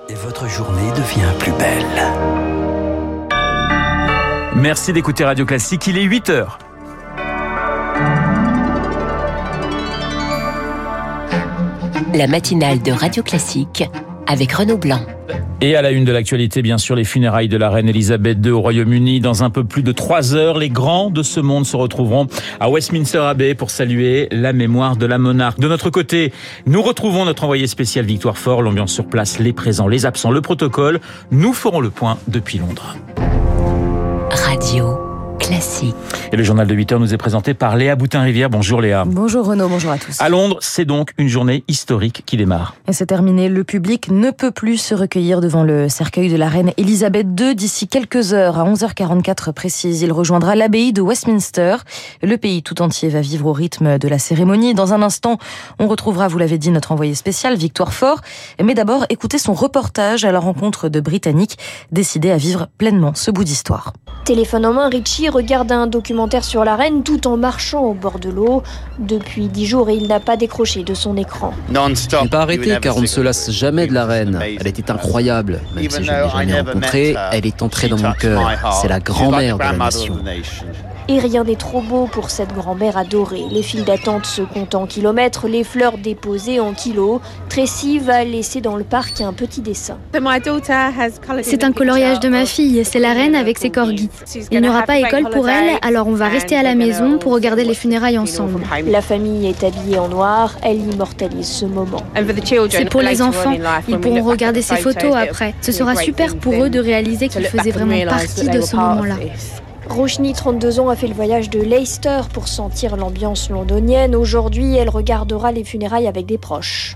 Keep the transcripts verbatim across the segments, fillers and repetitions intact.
Et votre journée devient plus belle. Merci d'écouter Radio Classique, il est huit heures. La matinale de Radio Classique avec Renaud Blanc. Et à la une de l'actualité, bien sûr, les funérailles de la reine Elisabeth deux au Royaume-Uni. Dans un peu plus de trois heures, les grands de ce monde se retrouveront à Westminster Abbey pour saluer la mémoire de la monarque. De notre côté, nous retrouvons notre envoyé spécial Victoire Fort. L'ambiance sur place, les présents, les absents, le protocole. Nous ferons le point depuis Londres. Radio Classique. Et le journal de huit heures nous est présenté par Léa Boutin-Rivière. Bonjour Léa. Bonjour Renaud, bonjour à tous. À Londres, c'est donc une journée historique qui démarre. Et c'est terminé, le public ne peut plus se recueillir devant le cercueil de la reine Elisabeth deux d'ici quelques heures, à onze heures quarante-quatre précise. Il rejoindra l'abbaye de Westminster. Le pays tout entier va vivre au rythme de la cérémonie. Dans un instant, on retrouvera, vous l'avez dit, notre envoyé spécial, Victoire Fort. Mais d'abord, écoutez son reportage à la rencontre de Britanniques décidés à vivre pleinement ce bout d'histoire. Téléphone en main, Richie regarde un documentaire sur la reine tout en marchant au bord de l'eau. Depuis dix jours, il n'a pas décroché de son écran. Je n'ai pas arrêté car on ne se lasse jamais de la reine. Elle était incroyable. Même si je ne l'ai jamais rencontrée, elle est entrée dans mon cœur. C'est la grand-mère de la nation. Et rien n'est trop beau pour cette grand-mère adorée. Les files d'attente se comptent en kilomètres, les fleurs déposées en kilos. Tracy va laisser dans le parc un petit dessin. C'est un coloriage de ma fille, c'est la reine avec ses corgis. Il n'y aura pas école pour elle, alors on va rester à la maison pour regarder les funérailles ensemble. La famille est habillée en noir, elle immortalise ce moment. C'est pour les enfants, ils pourront regarder ces photos après. Ce sera super pour eux de réaliser qu'ils faisaient vraiment partie de ce moment-là. Roshni, trente-deux ans, a fait le voyage de Leicester pour sentir l'ambiance londonienne. Aujourd'hui, elle regardera les funérailles avec des proches.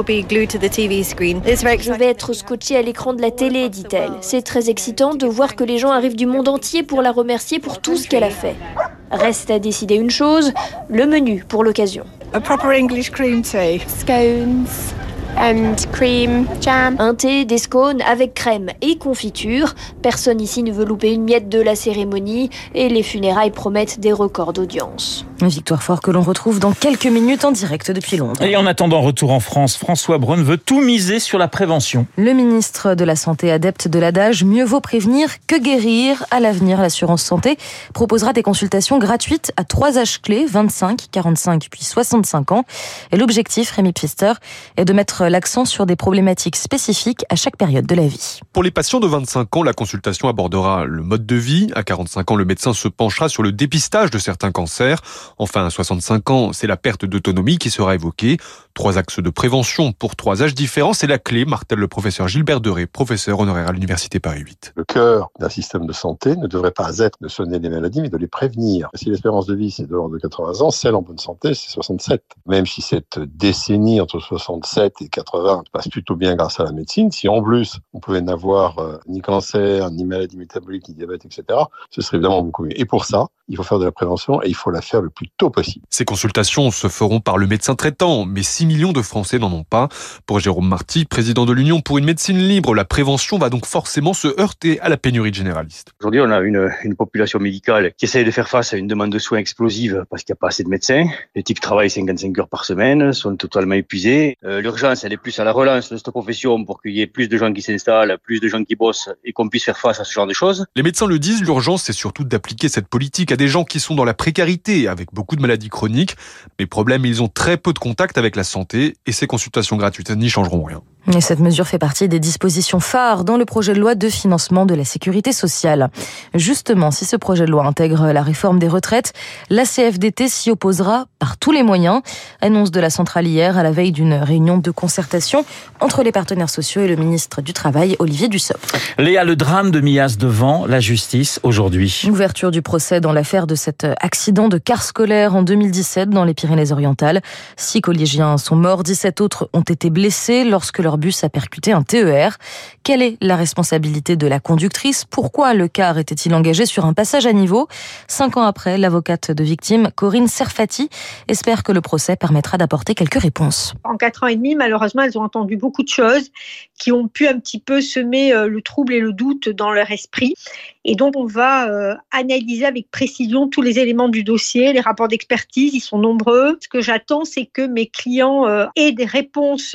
Je vais être scotchée à l'écran de la télé, dit-elle. C'est très excitant de voir que les gens arrivent du monde entier pour la remercier pour tout ce qu'elle a fait. Reste à décider une chose, le menu pour l'occasion. A proper English cream tea. Scones and cream jam. Un thé, des scones avec crème et confiture. Personne ici ne veut louper une miette de la cérémonie et les funérailles promettent des records d'audience. Victoire Fort que l'on retrouve dans quelques minutes en direct depuis Londres. Et en attendant retour en France, François Braun veut tout miser sur la prévention. Le ministre de la Santé, adepte de l'adage « Mieux vaut prévenir que guérir ». À l'avenir, l'assurance santé proposera des consultations gratuites à trois âges clés, vingt-cinq, quarante-cinq puis soixante-cinq ans. Et l'objectif, Rémi Pfister, est de mettre l'accent sur des problématiques spécifiques à chaque période de la vie. Pour les patients de vingt-cinq ans, la consultation abordera le mode de vie. À quarante-cinq ans, le médecin se penchera sur le dépistage de certains cancers. Enfin, à soixante-cinq ans, c'est la perte d'autonomie qui sera évoquée. Trois axes de prévention pour trois âges différents, c'est la clé, martèle le professeur Gilbert Deray, professeur honoraire à l'Université Paris huit. Le cœur d'un système de santé ne devrait pas être de soigner les maladies, mais de les prévenir. Si l'espérance de vie, c'est de l'ordre de quatre-vingts ans, celle en bonne santé, c'est soixante-sept. Même si cette décennie entre soixante-sept et quatre-vingts passe plutôt bien grâce à la médecine, si en plus, on pouvait n'avoir euh, ni cancer, ni maladie métabolique, ni diabète, et cetera, ce serait évidemment beaucoup mieux. Et pour ça, il faut faire de la prévention et il faut la faire le plus tôt possible. Ces consultations se feront par le médecin traitant, mais six millions de Français n'en ont pas. Pour Jérôme Marty, président de l'Union pour une médecine libre, la prévention va donc forcément se heurter à la pénurie de généralistes. Aujourd'hui, on a une, une population médicale qui essaie de faire face à une demande de soins explosive parce qu'il n'y a pas assez de médecins. Les types travaillent cinquante-cinq heures par semaine, sont totalement épuisés. Euh, l'urgence, elle est plus à la relance de cette profession pour qu'il y ait plus de gens qui s'installent, plus de gens qui bossent et qu'on puisse faire face à ce genre de choses. Les médecins le disent, l'urgence, c'est surtout d'appliquer cette politique à des gens qui sont dans la précarité, avec beaucoup de maladies chroniques. Mais problème, ils ont très peu de contact avec la santé et ces consultations gratuites n'y changeront rien. Et cette mesure fait partie des dispositions phares dans le projet de loi de financement de la sécurité sociale. Justement, si ce projet de loi intègre la réforme des retraites, la C F D T s'y opposera par tous les moyens. Annonce de la centrale hier à la veille d'une réunion de concertation entre les partenaires sociaux et le ministre du Travail, Olivier Dussopt. Léa, le drame de Millas devant la justice aujourd'hui. Ouverture du procès dans l'affaire de cet accident de car scolaire en deux mille dix-sept dans les Pyrénées-Orientales. Six collégiens sont morts, dix-sept autres ont été blessés lorsque leur bus a percuté un T E R. Quelle est la responsabilité de la conductrice ? Pourquoi le car était-il engagé sur un passage à niveau ? Cinq ans après, l'avocate de victime, Corinne Serfati, espère que le procès permettra d'apporter quelques réponses. En quatre ans et demi, malheureusement, elles ont entendu beaucoup de choses qui ont pu un petit peu semer le trouble et le doute dans leur esprit. Et donc, on va euh, analyser avec précision tous les éléments du dossier, les rapports d'expertise, ils sont nombreux. Ce que j'attends, c'est que mes clients euh, aient des réponses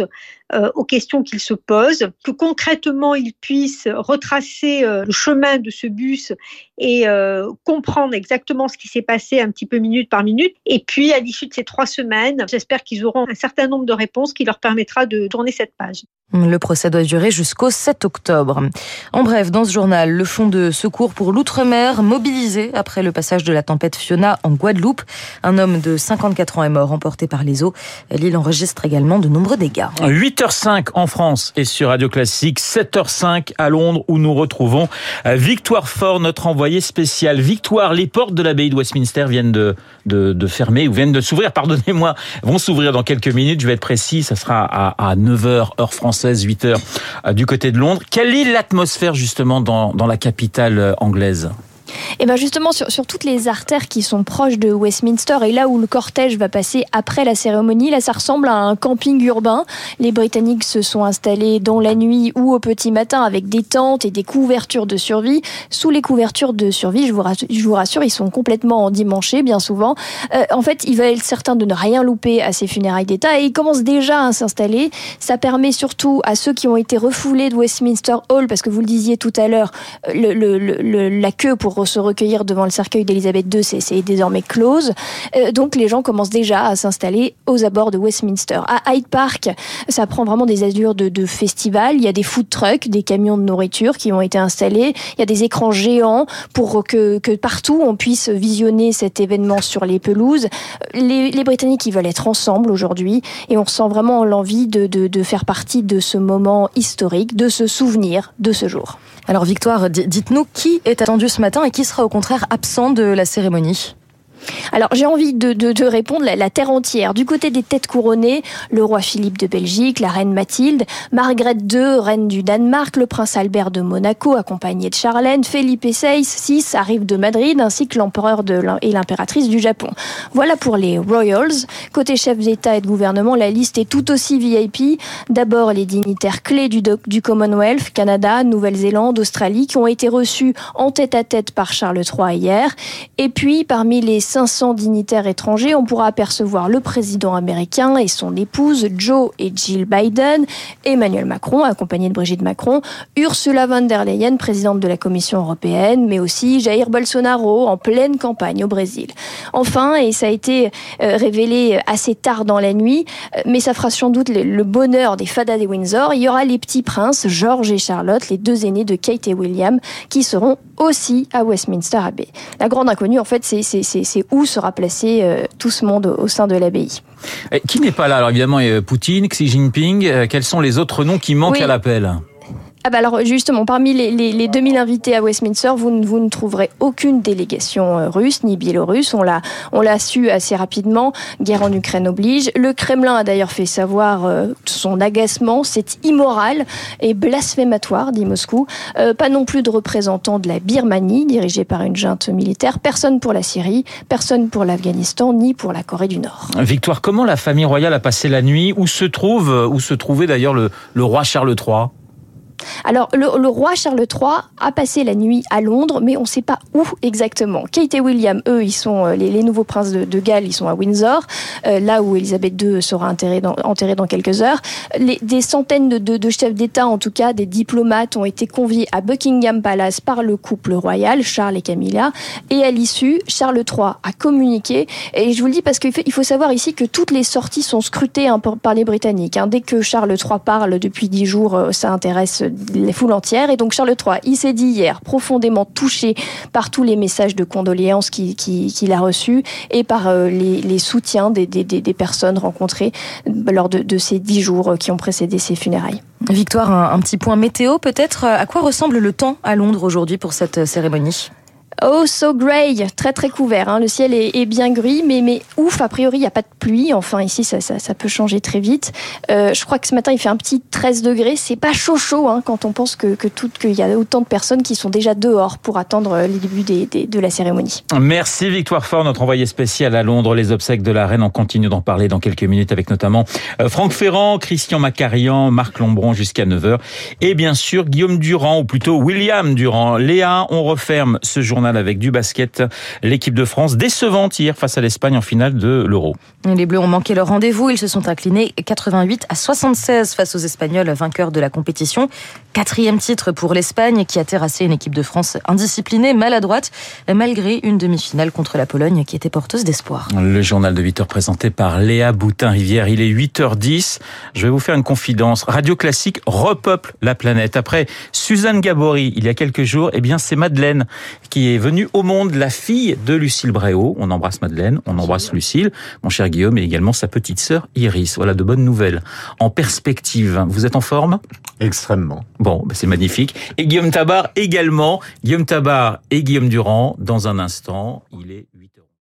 euh, aux questions qu'il se pose, que concrètement il puisse retracer euh, le chemin de ce bus et euh, comprendre exactement ce qui s'est passé un petit peu minute par minute. Et puis, à l'issue de ces trois semaines, j'espère qu'ils auront un certain nombre de réponses qui leur permettra de tourner cette page. Le procès doit durer jusqu'au sept octobre. En bref, dans ce journal, le fonds de secours pour l'outre-mer mobilisé après le passage de la tempête Fiona en Guadeloupe. Un homme de cinquante-quatre ans est mort emporté par les eaux. L'île enregistre également de nombreux dégâts. huit heures cinq en France et sur Radio Classique, sept heures cinq à Londres où nous retrouvons Victoire Fort, notre envoyée spéciale. Victoire, les portes de l'abbaye de Westminster viennent de, de, de fermer ou viennent de s'ouvrir, pardonnez-moi, vont s'ouvrir dans quelques minutes. Je vais être précis, ça sera à, à neuf heures heure française. huit heures du côté de Londres. Quelle est l'atmosphère justement dans, dans la capitale anglaise ? Et bien justement, sur, sur toutes les artères qui sont proches de Westminster et là où le cortège va passer après la cérémonie, là ça ressemble à un camping urbain. Les Britanniques se sont installés dans la nuit ou au petit matin avec des tentes et des couvertures de survie. Sous les couvertures de survie, je vous rassure, je vous rassure ils sont complètement endimanchés bien souvent. Euh, en fait, ils veulent être certains de ne rien louper à ces funérailles d'État et ils commencent déjà à s'installer. Ça permet surtout à ceux qui ont été refoulés de Westminster Hall, parce que vous le disiez tout à l'heure, le, le, le, la queue pour se recueillir devant le cercueil d'Élisabeth deux, c'est, c'est désormais close. Euh, donc les gens commencent déjà à s'installer aux abords de Westminster. À Hyde Park, ça prend vraiment des allures de, de festival. Il y a des food trucks, des camions de nourriture qui ont été installés. Il y a des écrans géants pour que, que partout on puisse visionner cet événement sur les pelouses. Les, les Britanniques, ils veulent être ensemble aujourd'hui et on ressent vraiment l'envie de, de, de faire partie de ce moment historique, de se souvenir de ce jour. Alors Victoire, dites-nous qui est attendu ce matin et qui sera au contraire absent de la cérémonie ? Alors j'ai envie de, de, de répondre la, la terre entière. Du côté des têtes couronnées, le roi Philippe de Belgique, la reine Mathilde, Margrethe deux, reine du Danemark, le prince Albert de Monaco, accompagné de Charlène, Felipe six arrive de Madrid, ainsi que l'empereur de, et l'impératrice du Japon. Voilà pour les Royals. Côté chefs d'État et de gouvernement, la liste est tout aussi V I P. D'abord les dignitaires clés du, du Commonwealth, Canada, Nouvelle-Zélande, Australie, qui ont été reçus en tête-à-tête par Charles trois hier. Et puis parmi les cinq cents dignitaires étrangers, on pourra apercevoir le président américain et son épouse, Joe et Jill Biden, Emmanuel Macron, accompagné de Brigitte Macron, Ursula von der Leyen, présidente de la Commission européenne, mais aussi Jair Bolsonaro, en pleine campagne au Brésil. Enfin, et ça a été euh, révélé assez tard dans la nuit, euh, mais ça fera sans doute le, le bonheur des fadas des Windsor, il y aura les petits princes, George et Charlotte, les deux aînés de Kate et William, qui seront aussi à Westminster Abbey. La grande inconnue, en fait, c'est, c'est, c'est, c'est où sera placé euh, tout ce monde au, au sein de l'abbaye. Et qui n'est pas là ? Alors évidemment, Poutine, Xi Jinping, euh, quels sont les autres noms qui manquent oui. à l'appel ? Ah bah alors justement, parmi les, les, les deux mille invités à Westminster, vous, vous ne trouverez aucune délégation russe ni biélorusse. On l'a, on l'a su assez rapidement. Guerre en Ukraine oblige. Le Kremlin a d'ailleurs fait savoir euh, son agacement. C'est immoral et blasphématoire, dit Moscou. Euh, pas non plus de représentants de la Birmanie, dirigée par une junte militaire. Personne pour la Syrie, personne pour l'Afghanistan, ni pour la Corée du Nord. Victoire, comment la famille royale a passé la nuit ? Où se trouve, où se trouvait d'ailleurs le, le roi Charles trois ? Alors, le, le roi Charles trois a passé la nuit à Londres, mais on ne sait pas où exactement. Kate et William, eux, ils sont les, les nouveaux princes de, de Galles, ils sont à Windsor, euh, là où Élisabeth deux sera enterrée dans, enterrée dans quelques heures. Les, des centaines de, de, de chefs d'État, en tout cas des diplomates, ont été conviés à Buckingham Palace par le couple royal, Charles et Camilla. Et à l'issue, Charles trois a communiqué. Et je vous le dis parce qu'il faut, il faut savoir ici que toutes les sorties sont scrutées hein, par, par les Britanniques. Hein. Dès que Charles trois parle depuis dix jours, ça intéresse les foules entières. Et donc Charles trois, il s'est dit hier profondément touché par tous les messages de condoléances qu'il, qu'il, qu'il a reçus et par euh, les, les soutiens des, des, des personnes rencontrées lors de, de ces dix jours qui ont précédé ces funérailles. Victoire, un, un petit point météo peut-être. À quoi ressemble le temps à Londres aujourd'hui pour cette cérémonie ? Oh, so grey, très très couvert. Hein. Le ciel est, est bien gris, mais, mais ouf, a priori, il n'y a pas de pluie. Enfin, ici, ça, ça, ça peut changer très vite. Euh, je crois que ce matin, il fait un petit treize degrés. C'est pas chaud chaud hein, quand on pense que, que tout, qu'il y a autant de personnes qui sont déjà dehors pour attendre le début des, des, de la cérémonie. Merci Victoire Fort, notre envoyée spéciale à Londres. Les obsèques de la reine, on continue d'en parler dans quelques minutes avec notamment Franck Ferrand, Christian Macarian, Marc Lombron jusqu'à neuf heures. Et bien sûr, Guillaume Durand, ou plutôt William Durand. Léa, on referme ce journal journal avec du basket. L'équipe de France décevante hier face à l'Espagne en finale de l'Euro. Les Bleus ont manqué leur rendez-vous. Ils se sont inclinés quatre-vingt-huit à soixante-seize face aux Espagnols, vainqueurs de la compétition. Quatrième titre pour l'Espagne qui a terrassé une équipe de France indisciplinée, maladroite, malgré une demi-finale contre la Pologne qui était porteuse d'espoir. Le journal de huit heures présenté par Léa Boutin-Rivière. Il est huit heures dix. Je vais vous faire une confidence. Radio Classique repeuple la planète. Après Suzanne Gabory, il y a quelques jours, eh bien, c'est Madeleine qui est venue au monde, la fille de Lucille Bréau. On embrasse Madeleine, on embrasse Lucille, mon cher Guillaume, et également sa petite sœur Iris. Voilà de bonnes nouvelles. En perspective, vous êtes en forme ? Extrêmement. Bon, ben c'est magnifique. Et Guillaume Tabar également. Guillaume Tabar et Guillaume Durand, dans un instant, il est huit heures.